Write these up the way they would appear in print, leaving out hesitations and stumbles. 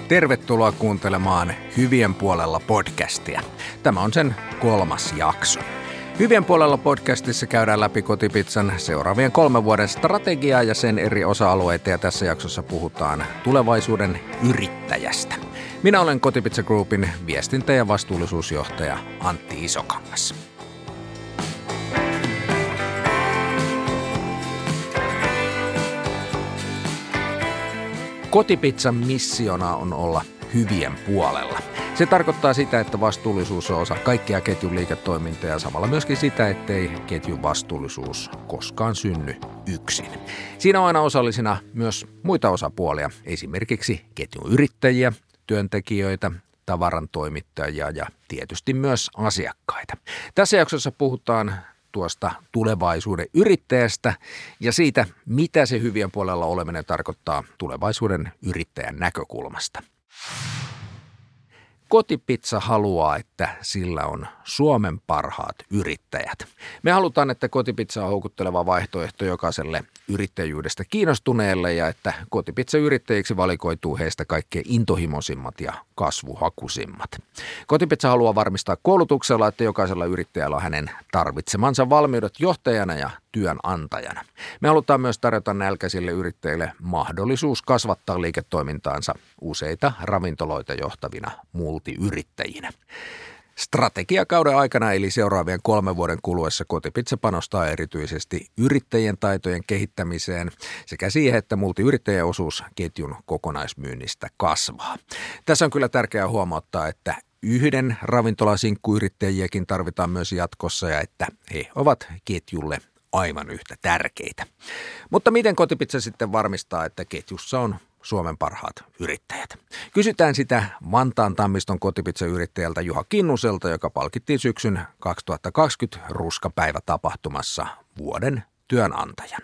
Tervetuloa kuuntelemaan Hyvien puolella podcastia. Tämä on sen 3. jakso. Hyvien puolella podcastissa käydään läpi Kotipizzan seuraavien 3 vuoden strategiaa ja sen eri osa-alueita, ja tässä jaksossa puhutaan tulevaisuuden yrittäjästä. Minä olen Kotipizza Groupin viestintä- ja vastuullisuusjohtaja Antti Isokangas. Kotipizzan missiona on olla hyvien puolella. Se tarkoittaa sitä, että vastuullisuus on osa kaikkea ketjun liiketoimintaa ja samalla myöskin sitä, ettei ketjun vastuullisuus koskaan synny yksin. Siinä on aina osallisina myös muita osapuolia, esimerkiksi ketjun yrittäjiä, työntekijöitä, tavarantoimittajia ja tietysti myös asiakkaita. Tässä jaksossa puhutaan tuosta tulevaisuuden yrittäjästä ja siitä, mitä se hyvien puolella oleminen tarkoittaa tulevaisuuden yrittäjän näkökulmasta. Kotipizza haluaa, että sillä on Suomen parhaat yrittäjät. Me halutaan, että Kotipizza on houkutteleva vaihtoehto jokaiselle yrittäjyydestä kiinnostuneelle ja että Kotipizza-yrittäjiksi valikoituu heistä kaikkein intohimoisimmat ja kasvuhakuisimmat. Kotipizza haluaa varmistaa koulutuksella, että jokaisella yrittäjällä on hänen tarvitsemansa valmiudet johtajana ja työnantajana. Me halutaan myös tarjota nälkäisille yrittäjille mahdollisuus kasvattaa liiketoimintaansa useita ravintoloita johtavina multiyrittäjinä. Strategiakauden aikana eli seuraavien 3 vuoden kuluessa Kotipizza panostaa erityisesti yrittäjien taitojen kehittämiseen sekä siihen, että multiyrittäjien osuus ketjun kokonaismyynnistä kasvaa. Tässä on kyllä tärkeää huomauttaa, että yhden ravintolasinkku-yrittäjiäkin tarvitaan myös jatkossa ja että he ovat ketjulle aivan yhtä tärkeitä. Mutta miten Kotipizza sitten varmistaa, että ketjussa on Suomen parhaat yrittäjät? Kysytään sitä Vantaan Tammiston Kotipizza-yrittäjältä Juha Kinnuselta, joka palkittiin syksyn 2020 Ruskapäivä-tapahtumassa vuoden työnantajana.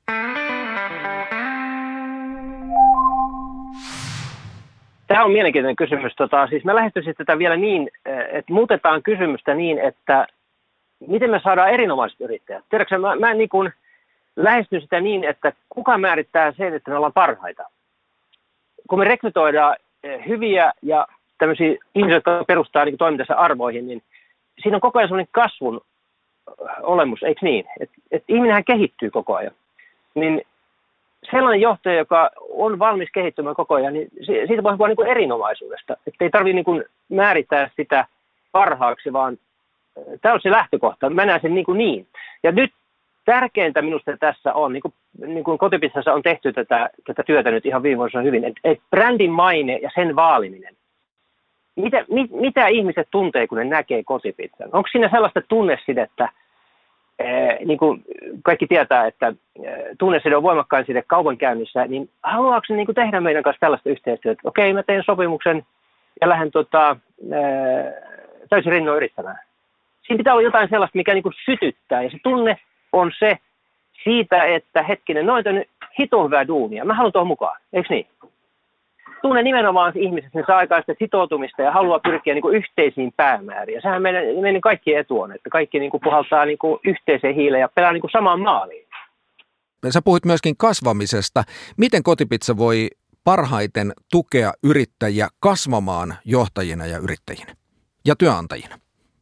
Tämä on mielenkiintoinen kysymys. Siis mä lähestyisin tätä vielä niin, että muutetaan kysymystä niin, että miten me saadaan erinomaiset yrittäjät. Tiedätkö, mä niin kuin lähestyn sitä niin, että kuka määrittää sen, että me ollaan parhaita. Kun me rekrytoidaan hyviä ja tämmöisiä ihmisiä, jotka perustaa niin toimintansa arvoihin, niin siinä on koko ajan sellainen kasvun olemus, eikö niin? Et ihminenhän kehittyy koko ajan. Niin sellainen johtaja, joka on valmis kehittymään koko ajan, niin siitä voi puhua niin kuin erinomaisuudesta. Että ei tarvitse niin kuin määrittää sitä parhaaksi, vaan tämä on se lähtökohta. Mä näen sen niin. Ja nyt tärkeintä minusta tässä on, niin kuin Kotipizzassa on tehty tätä työtä nyt ihan viime vuosina hyvin, että brändin maine ja sen vaaliminen. Mitä ihmiset tuntee, kun ne näkee Kotipizzan? Onko siinä sellaista tunnesidettä, niin kuin kaikki tietää, että tunneside on voimakkain side kaupankäynnissä, niin haluaako ne niin kuin tehdä meidän kanssa tällaista yhteistyötä? Okei, mä teen sopimuksen ja lähden täysin rinnoin yrittämään. Siinä pitää olla jotain sellaista, mikä niin kuin sytyttää, ja se tunne on se siitä, että hetkinen, noin on hito hyvää duunia. Mä haluan tuohon mukaan, eikö niin? Tunne nimenomaan ihmiset, ne saa aikaa sitä sitoutumista ja haluaa pyrkiä niin kuin yhteisiin päämääriin. Ja sehän meidän kaikkien etu on, että kaikki niin kuin puhaltaa niin kuin yhteiseen hiileen ja pelaa niin kuin samaan maaliin. Sä puhuit myöskin kasvamisesta. Miten Kotipizza voi parhaiten tukea yrittäjiä kasvamaan johtajina ja yrittäjinä ja työnantajina?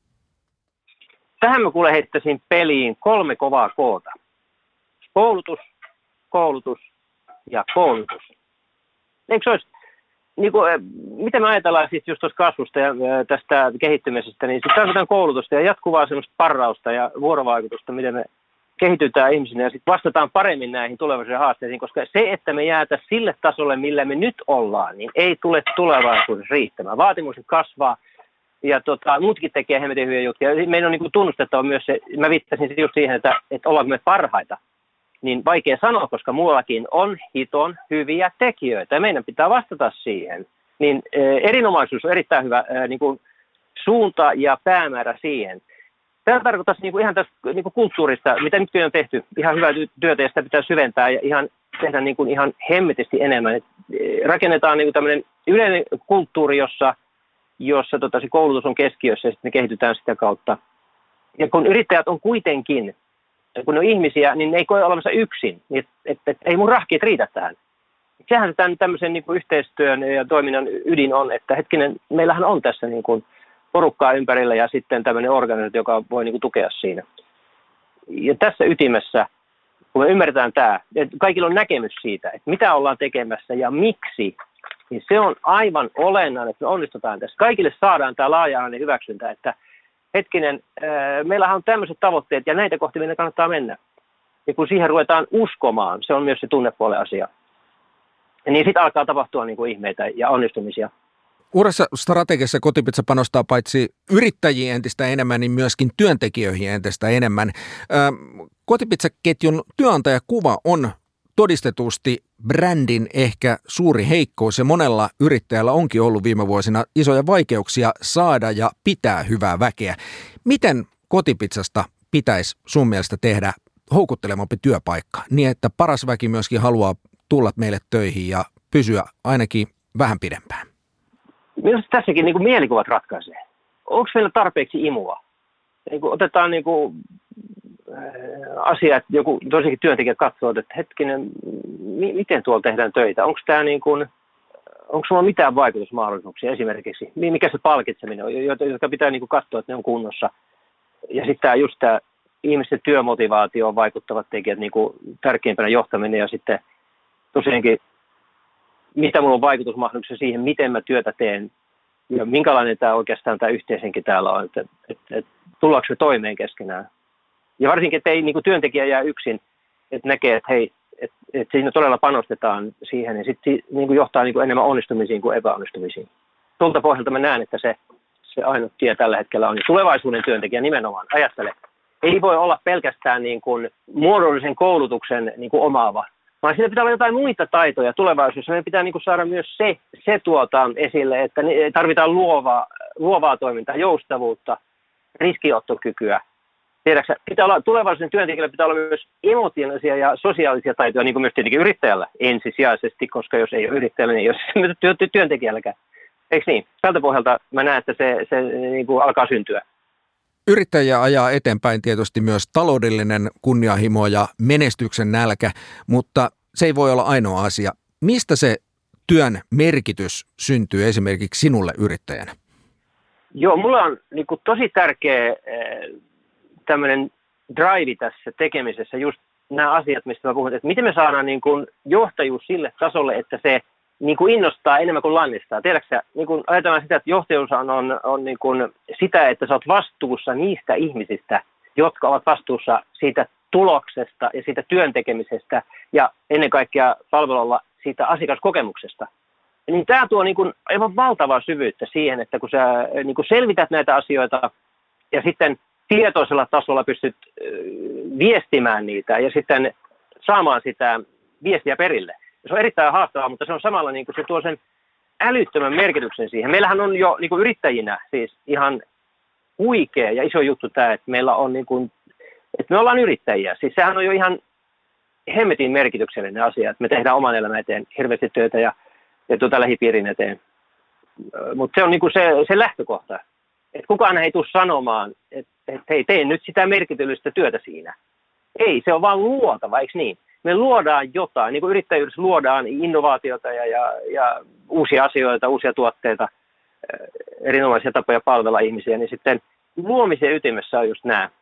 Tähän mä kuule heittäisin peliin 3 kovaa koota. Koulutus, koulutus ja koulutus. Eikö se olisi, niin kuin, miten me ajatellaan siis just tuosta kasvusta ja tästä kehittymisestä, niin sitten tarvitaan koulutusta ja jatkuvaa semmoista parrausta ja vuorovaikutusta, miten me kehitytään ihmisinä ja sitten vastataan paremmin näihin tulevaisuuden haasteisiin, koska se, että me jäätä sille tasolle, millä me nyt ollaan, niin ei tule tulevaisuudessa riittämään. Vaatimukset kasvaa. Ja muutkin tekee hemmetin hyviä juttuja. Meidän on niin kuin tunnustettava myös se, mä viittasin just siihen, että ollaanko me parhaita. Niin vaikea sanoa, koska muuallakin on hiton hyviä tekijöitä ja meidän pitää vastata siihen. Niin erinomaisuus on erittäin hyvä niin kuin suunta ja päämäärä siihen. Tämä tarkoittaa niin kuin ihan tästä niin kuin kulttuurista, mitä nyt on tehty, ihan hyvää työtä ja sitä pitää syventää ja tehdä niin kuin ihan hemmetisti enemmän. Rakennetaan niin kuin tämmöinen yleinen kulttuuri, jossa se koulutus on keskiössä ja sitten me kehitytään sitä kautta. Ja kun yrittäjät on kuitenkin, kun ne on ihmisiä, niin ne ei koe olemassa yksin. Että ei mun rahkeet riitä tähän. sehän se tämän tämmöisen niin kuin yhteistyön ja toiminnan ydin on, että hetkinen, meillähän on tässä niin kuin porukkaa ympärillä ja sitten tämmöinen organisaatio, joka voi niin kuin tukea siinä. Ja tässä ytimessä, kun me ymmärretään tämä, että kaikilla on näkemys siitä, että mitä ollaan tekemässä ja miksi, niin se on aivan olennainen, että me onnistutaan tässä. Kaikille saadaan tämä laaja-alainen hyväksyntä, että hetkinen, meillähän on tämmöiset tavoitteet ja näitä kohti meidän kannattaa mennä. Ja kun siihen ruvetaan uskomaan, se on myös se tunnepuolen asia, niin sitten alkaa tapahtua niin kuin ihmeitä ja onnistumisia. Uudessa strategiassa Kotipizza panostaa paitsi yrittäjiin entistä enemmän, niin myöskin työntekijöihin entistä enemmän. Kotipizza-ketjun työnantajakuva on todistetusti brändin ehkä suuri heikkous, ja monella yrittäjällä onkin ollut viime vuosina isoja vaikeuksia saada ja pitää hyvää väkeä. Miten Kotipizzasta pitäisi sun mielestä tehdä houkuttelevampi työpaikka, niin että paras väki myöskin haluaa tulla meille töihin ja pysyä ainakin vähän pidempään? Minusta tässäkin niin kuin mielikuvat ratkaisee. Onko meillä tarpeeksi imua? Niin kuin otetaan niin kuin asia, että joku toisikin työntekijä katsoo, että hetkinen, miten tuolla tehdään töitä? Onko tämä niin kuin, onko sulla mitään vaikutusmahdollisuuksia esimerkiksi? Mikä se palkitseminen on, jotka pitää niin kuin katsoa, että ne on kunnossa. Ja sitten just tämä ihmisten työmotivaatioon vaikuttavat tekijät, niin kuin tärkeimpänä johtaminen ja sitten tosiaankin mitä minulla on vaikutusmahdollisuuksia siihen, miten mä työtä teen ja minkälainen tämä oikeastaan tämä yhteishenki täällä on, että tullaanko me toimeen keskenään. Ja varsinkin, että ei niin kuin työntekijä jää yksin, että näkee, että hei, että siinä todella panostetaan siihen ja sitten niin kuin johtaa niin kuin enemmän onnistumisiin kuin epäonnistumisiin. Tuolta pohjalta mä näen, että se ainut tie tällä hetkellä on. Ja tulevaisuuden työntekijä nimenomaan, ajattele, ei voi olla pelkästään niin kuin muodollisen koulutuksen niin kuin omaava, vaan siinä pitää olla jotain muita taitoja tulevaisuudessa. Meidän pitää niin kuin saada myös se esille, että tarvitaan luovaa toimintaa, joustavuutta, riskinottokykyä. Tiedätkö, pitää olla, tulevaisuuden työntekijällä pitää olla myös emotionaalisia ja sosiaalisia taitoja, niin kuin myös tietenkin yrittäjällä ensisijaisesti, koska jos ei ole yrittäjällä, niin ei ole työntekijälläkään. Eikö niin? Tältä pohjalta mä näen, että se niin kuin alkaa syntyä. Yrittäjä ajaa eteenpäin tietysti myös taloudellinen kunnianhimo ja menestyksen nälkä, mutta se ei voi olla ainoa asia. Mistä se työn merkitys syntyy esimerkiksi sinulle yrittäjänä? Joo, mulla on niin kuin tosi tärkeä tämmöinen drive tässä tekemisessä, just nämä asiat, mistä mä puhun, että miten me saadaan niin kuin johtajuus sille tasolle, että se niin kuin innostaa enemmän kuin lannistaa. Tiedätkö, niin kuin ajatellaan sitä, että johtajuus on niin kuin sitä, että sä oot vastuussa niistä ihmisistä, jotka ovat vastuussa siitä tuloksesta ja siitä työntekemisestä ja ennen kaikkea palvelulla siitä asiakaskokemuksesta. Niin tämä tuo niin kuin aivan valtavaa syvyyttä siihen, että kun sä niin kuin selvität näitä asioita ja sitten tietoisella tasolla pystyt viestimään niitä ja sitten saamaan sitä viestiä perille. Se on erittäin haastavaa, mutta se on samalla niin kuin se tuo sen älyttömän merkityksen siihen. Meillähän on jo niin kuin yrittäjinä siis ihan huikea ja iso juttu tämä, että meillä on niin kuin, että me ollaan yrittäjiä. Siis sehän on jo ihan hemmetin merkityksellinen asia, että me tehdään oman elämän eteen hirveästi töitä ja lähipiirin eteen. Mutta se on niin kuin se lähtökohta. Että kukaan ei tule sanomaan, että hei, tee nyt sitä merkityllistä työtä siinä. Ei, se on vaan luotava, eikö niin? Me luodaan jotain, niin kuin yrittäjyydessä luodaan innovaatiota ja uusia asioita, uusia tuotteita, erinomaisia tapoja palvella ihmisiä, niin sitten luomisen ytimessä on just nämä,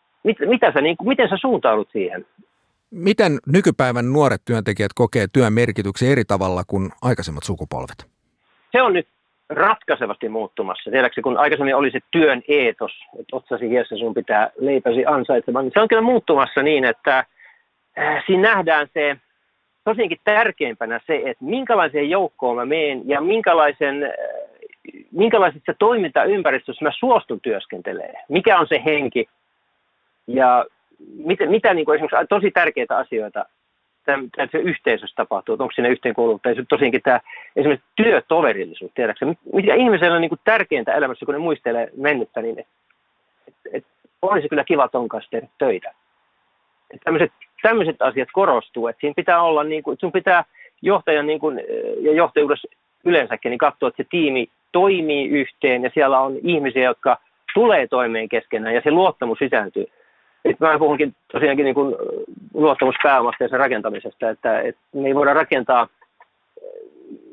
miten sä suuntaudut siihen? Miten nykypäivän nuoret työntekijät kokee työn merkityksen eri tavalla kuin aikaisemmat sukupolvet? Se on nyt ratkaisevasti muuttumassa. Tiedätkö, kun aikaisemmin oli se työn eetos, että otsasi hiessä sun pitää leipäsi ansaitsemaan, niin se on kyllä muuttumassa niin, että siinä nähdään se tosiaankin tärkeimpänä se, että minkälaiseen joukkoon mä menen ja minkälaisessa toimintaympäristössä mä suostun työskentelemään. Mikä on se henki ja mitä niin kuin esimerkiksi tosi tärkeitä asioita tässä yhteisössä tapahtuu, että onko siinä yhteenkuuluvuutta. Ja tosiaankin tämä esimerkiksi työtoverillisuus, tiedätkö, mikä ihmisellä on niin kuin tärkeintä elämässä, kun ne muistelee mennyttä, niin että olisi kyllä kiva ton kanssa tehdä töitä. Tämmöiset asiat korostuu, että siinä pitää olla, niin kuin, sun pitää johtajan niin kuin, ja johtajuudessa yleensäkin niin katsoa, että se tiimi toimii yhteen ja siellä on ihmisiä, jotka tulee toimeen keskenään ja se luottamus sisääntyy. Mä puhunkin tosiaankin niin kuin luottamuspääomasta ja sen rakentamisesta, että me ei voida rakentaa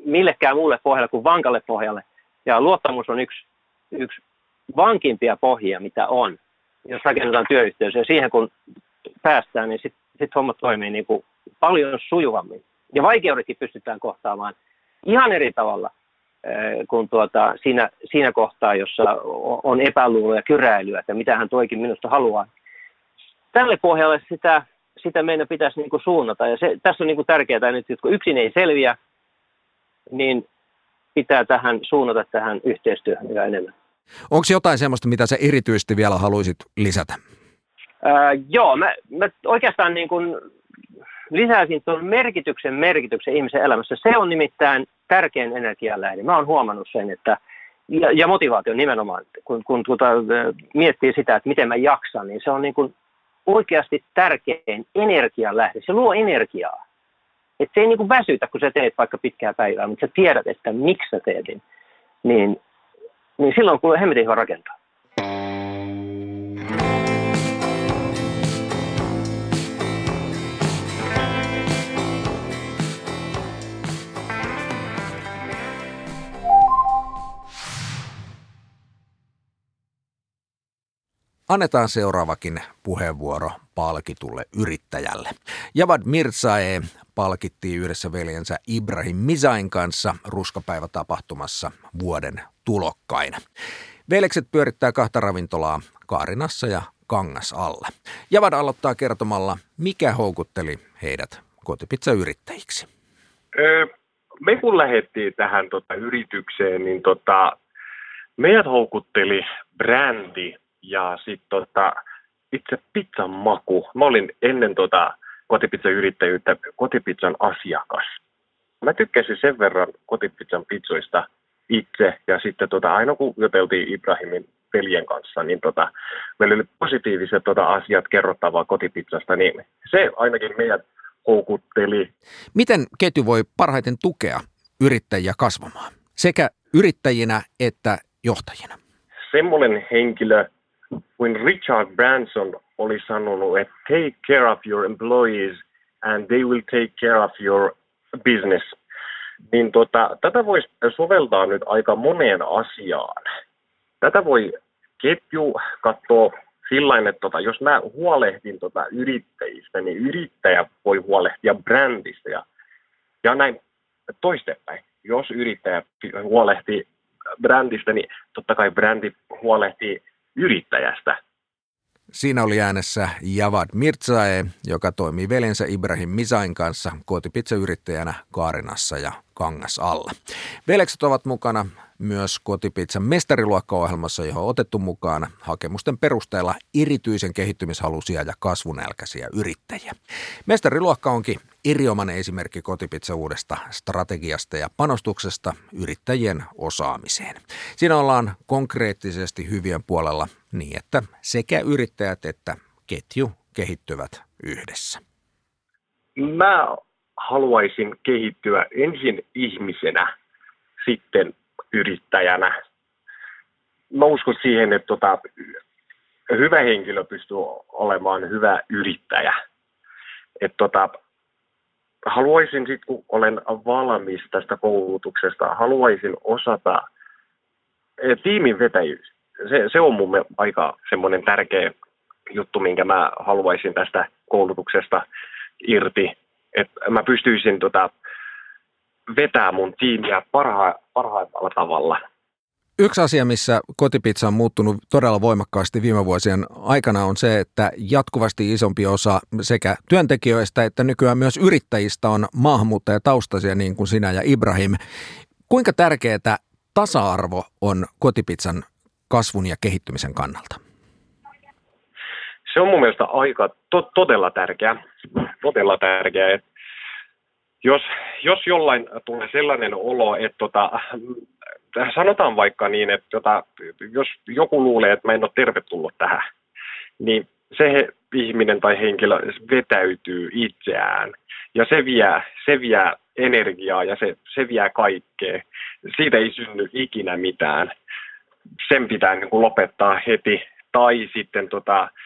millekään muulle pohjalle kuin vankalle pohjalle. Ja luottamus on yksi vankimpia pohjia, mitä on, jos rakennetaan työyhteisöä. Ja siihen kun päästään, niin sitten hommat toimii niin kuin paljon sujuvammin. Ja vaikeudetkin pystytään kohtaamaan ihan eri tavalla kuin siinä kohtaa, jossa on epäluuloa ja kyräilyä, että mitä hän toikin minusta haluaa. Tälle pohjalle sitä meidän pitäisi niin kuin suunnata. Ja tässä on niin kuin tärkeää nyt, että kun yksin ei selviä, niin pitää suunnata tähän yhteistyöhön vielä enemmän. Onko jotain sellaista, mitä sä erityisesti vielä haluaisit lisätä? Joo, mä oikeastaan niin kuin lisäisin tuon merkityksen ihmisen elämässä. Se on nimittäin tärkein energianlähde. Mä oon huomannut sen, että ja motivaatio nimenomaan, kun miettii sitä, että miten mä jaksan, niin se on niin kuin oikeasti tärkein energianlähde. Se luo energiaa. Että se ei niin kuin väsytä, kun sä teet vaikka pitkää päivää, mutta sä tiedät, että miksi sä teet, niin silloin kuule hemmetin hyvä rakentaa. Annetaan seuraavakin puheenvuoro palkitulle yrittäjälle. Javad Mirzae palkittiin yhdessä veljensä Ibrahim Mizain kanssa Ruskapäivä-tapahtumassa vuoden tulokkaina. Veljekset pyörittää 2 ravintolaa Kaarinassa ja Kangasalla. Javad aloittaa kertomalla, mikä houkutteli heidät kotipizzayrittäjiksi. Me kun lähdettiin tähän yritykseen, niin meidät houkutteli brändi ja sitten itse pizzan maku. Mä olin ennen kotipizzayrittäjyyttä kotipizzan asiakas. Mä tykkäsin sen verran kotipizzan pizzoista itse ja sitten aina kun juteltiin Ibrahimin veljen kanssa, niin meillä oli positiiviset asiat kerrottavaa kotipizzasta, niin se ainakin meidät houkutteli. Miten ketju voi parhaiten tukea yrittäjiä kasvamaan, sekä yrittäjinä että johtajina? Semmoinen henkilö kuin Richard Branson oli sanonut, että take care of your employees and they will take care of your business. Niin tätä voisi soveltaa nyt aika moneen asiaan. Tätä voi ketju katsoa sillain, että jos mä huolehdin yrittäjistä, niin yrittäjä voi huolehtia brändistä ja näin toistepäin. Jos yrittäjä huolehtii brändistä, niin totta kai brändi huolehtii yrittäjästä. Siinä oli äänessä Javad Mirzae, joka toimii veljensä Ibrahim Mizain kanssa kotipizzayrittäjänä Kaarinassa ja Kangasalla. Veljekset ovat mukana myös kotipizzan mestariluokka-ohjelmassa, johon on otettu mukaan hakemusten perusteella erityisen kehittymishaluisia ja kasvunälkäisiä yrittäjiä. Mestariluokka onkin erinomainen esimerkki kotipizza uudesta strategiasta ja panostuksesta yrittäjien osaamiseen. Siinä ollaan konkreettisesti hyvien puolella niin, että sekä yrittäjät että ketju kehittyvät yhdessä. Mä haluaisin kehittyä ensin ihmisenä, sitten yrittäjänä. Mä uskon siihen, että hyvä henkilö pystyy olemaan hyvä yrittäjä. Haluaisin sitten, kun olen valmis tästä koulutuksesta, haluaisin osata tiimin vetäjyys. Se on mun aika semmoinen tärkeä juttu, minkä mä haluaisin tästä koulutuksesta irti. Että mä pystyisin vetää mun tiimiä parhaimmalla tavalla. Yksi asia, missä kotipizza on muuttunut todella voimakkaasti viime vuosien aikana, on se, että jatkuvasti isompi osa sekä työntekijöistä että nykyään myös yrittäjistä on maahanmuuttajataustaisia, niin kuin sinä ja Ibrahim. Kuinka tärkeää tasa-arvo on kotipizzan kasvun ja kehittymisen kannalta? Se on mun mielestä aika todella tärkeä. Todella tärkeä. Jos jollain tulee sellainen olo, että sanotaan vaikka niin, että jos joku luulee, että mä en ole tervetullut tähän, niin se ihminen tai henkilö vetäytyy itseään ja se vie energiaa ja se vie kaikkea. Siitä ei synny ikinä mitään. Sen pitää niin kuin lopettaa heti tai sitten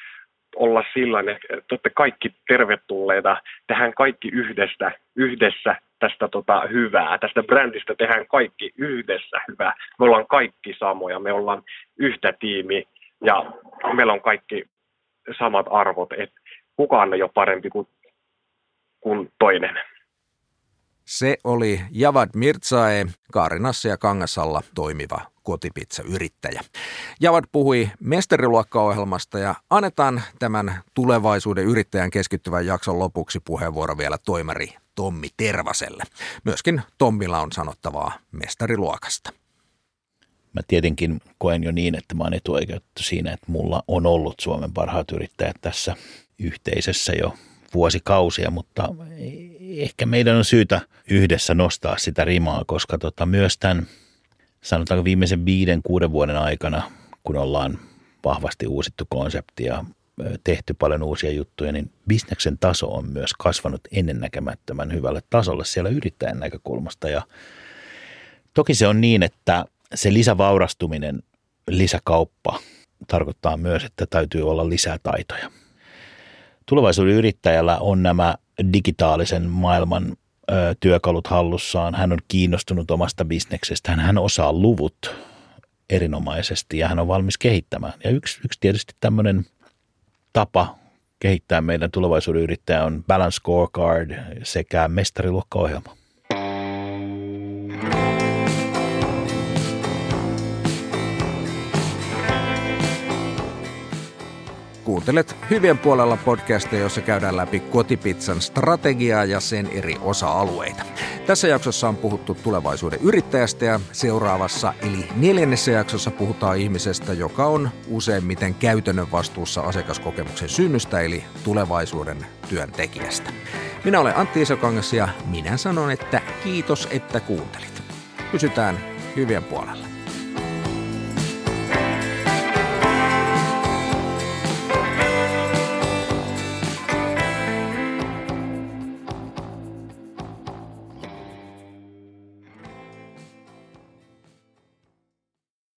olla sillain, että te olette kaikki tervetulleita, tehdään kaikki yhdessä tästä hyvää, tästä brändistä tehdään kaikki yhdessä hyvää. Me ollaan kaikki samoja, me ollaan yhtä tiimi ja meillä on kaikki samat arvot, että kukaan ei ole parempi kuin toinen. Se oli Javad Mirzae, Kaarinassa ja Kangasalla toimiva kotipizzayrittäjä. Javad puhui mestariluokkaohjelmasta ja annetaan tämän tulevaisuuden yrittäjän keskittyvän jakson lopuksi puheenvuoro vielä toimari Tommi Tervaselle. Myöskin Tommilla on sanottavaa mestariluokasta. Mä tietenkin koen jo niin, että mä oon etuoikeutettu siinä, että mulla on ollut Suomen parhaat yrittäjät tässä yhteisössä jo vuosikausia, mutta ehkä meidän on syytä yhdessä nostaa sitä rimaa, koska myös tämän sanotaanko viimeisen 5-6 vuoden aikana, kun ollaan vahvasti uusittu konsepti ja tehty paljon uusia juttuja, niin bisneksen taso on myös kasvanut ennennäkemättömän hyvälle tasolle siellä yrittäjän näkökulmasta. Ja toki se on niin, että se lisävaurastuminen, lisäkauppa tarkoittaa myös, että täytyy olla lisää taitoja. Tulevaisuuden yrittäjällä on nämä digitaalisen maailman työkalut hallussaan. Hän on kiinnostunut omasta bisneksestään. Hän osaa luvut erinomaisesti ja hän on valmis kehittämään. Ja yksi tietysti tämmöinen tapa kehittää meidän tulevaisuuden yrittäjä on Balance Scorecard sekä mestariluokkaohjelma. Kuuntelet Hyvien puolella podcastia, jossa käydään läpi kotipizzan strategiaa ja sen eri osa-alueita. Tässä jaksossa on puhuttu tulevaisuuden yrittäjästä ja seuraavassa eli 4. jaksossa puhutaan ihmisestä, joka on useimmiten käytännön vastuussa asiakaskokemuksen synnystä eli tulevaisuuden työntekijästä. Minä olen Antti Isokangas ja minä sanon, että kiitos, että kuuntelit. Pysytään hyvien puolella.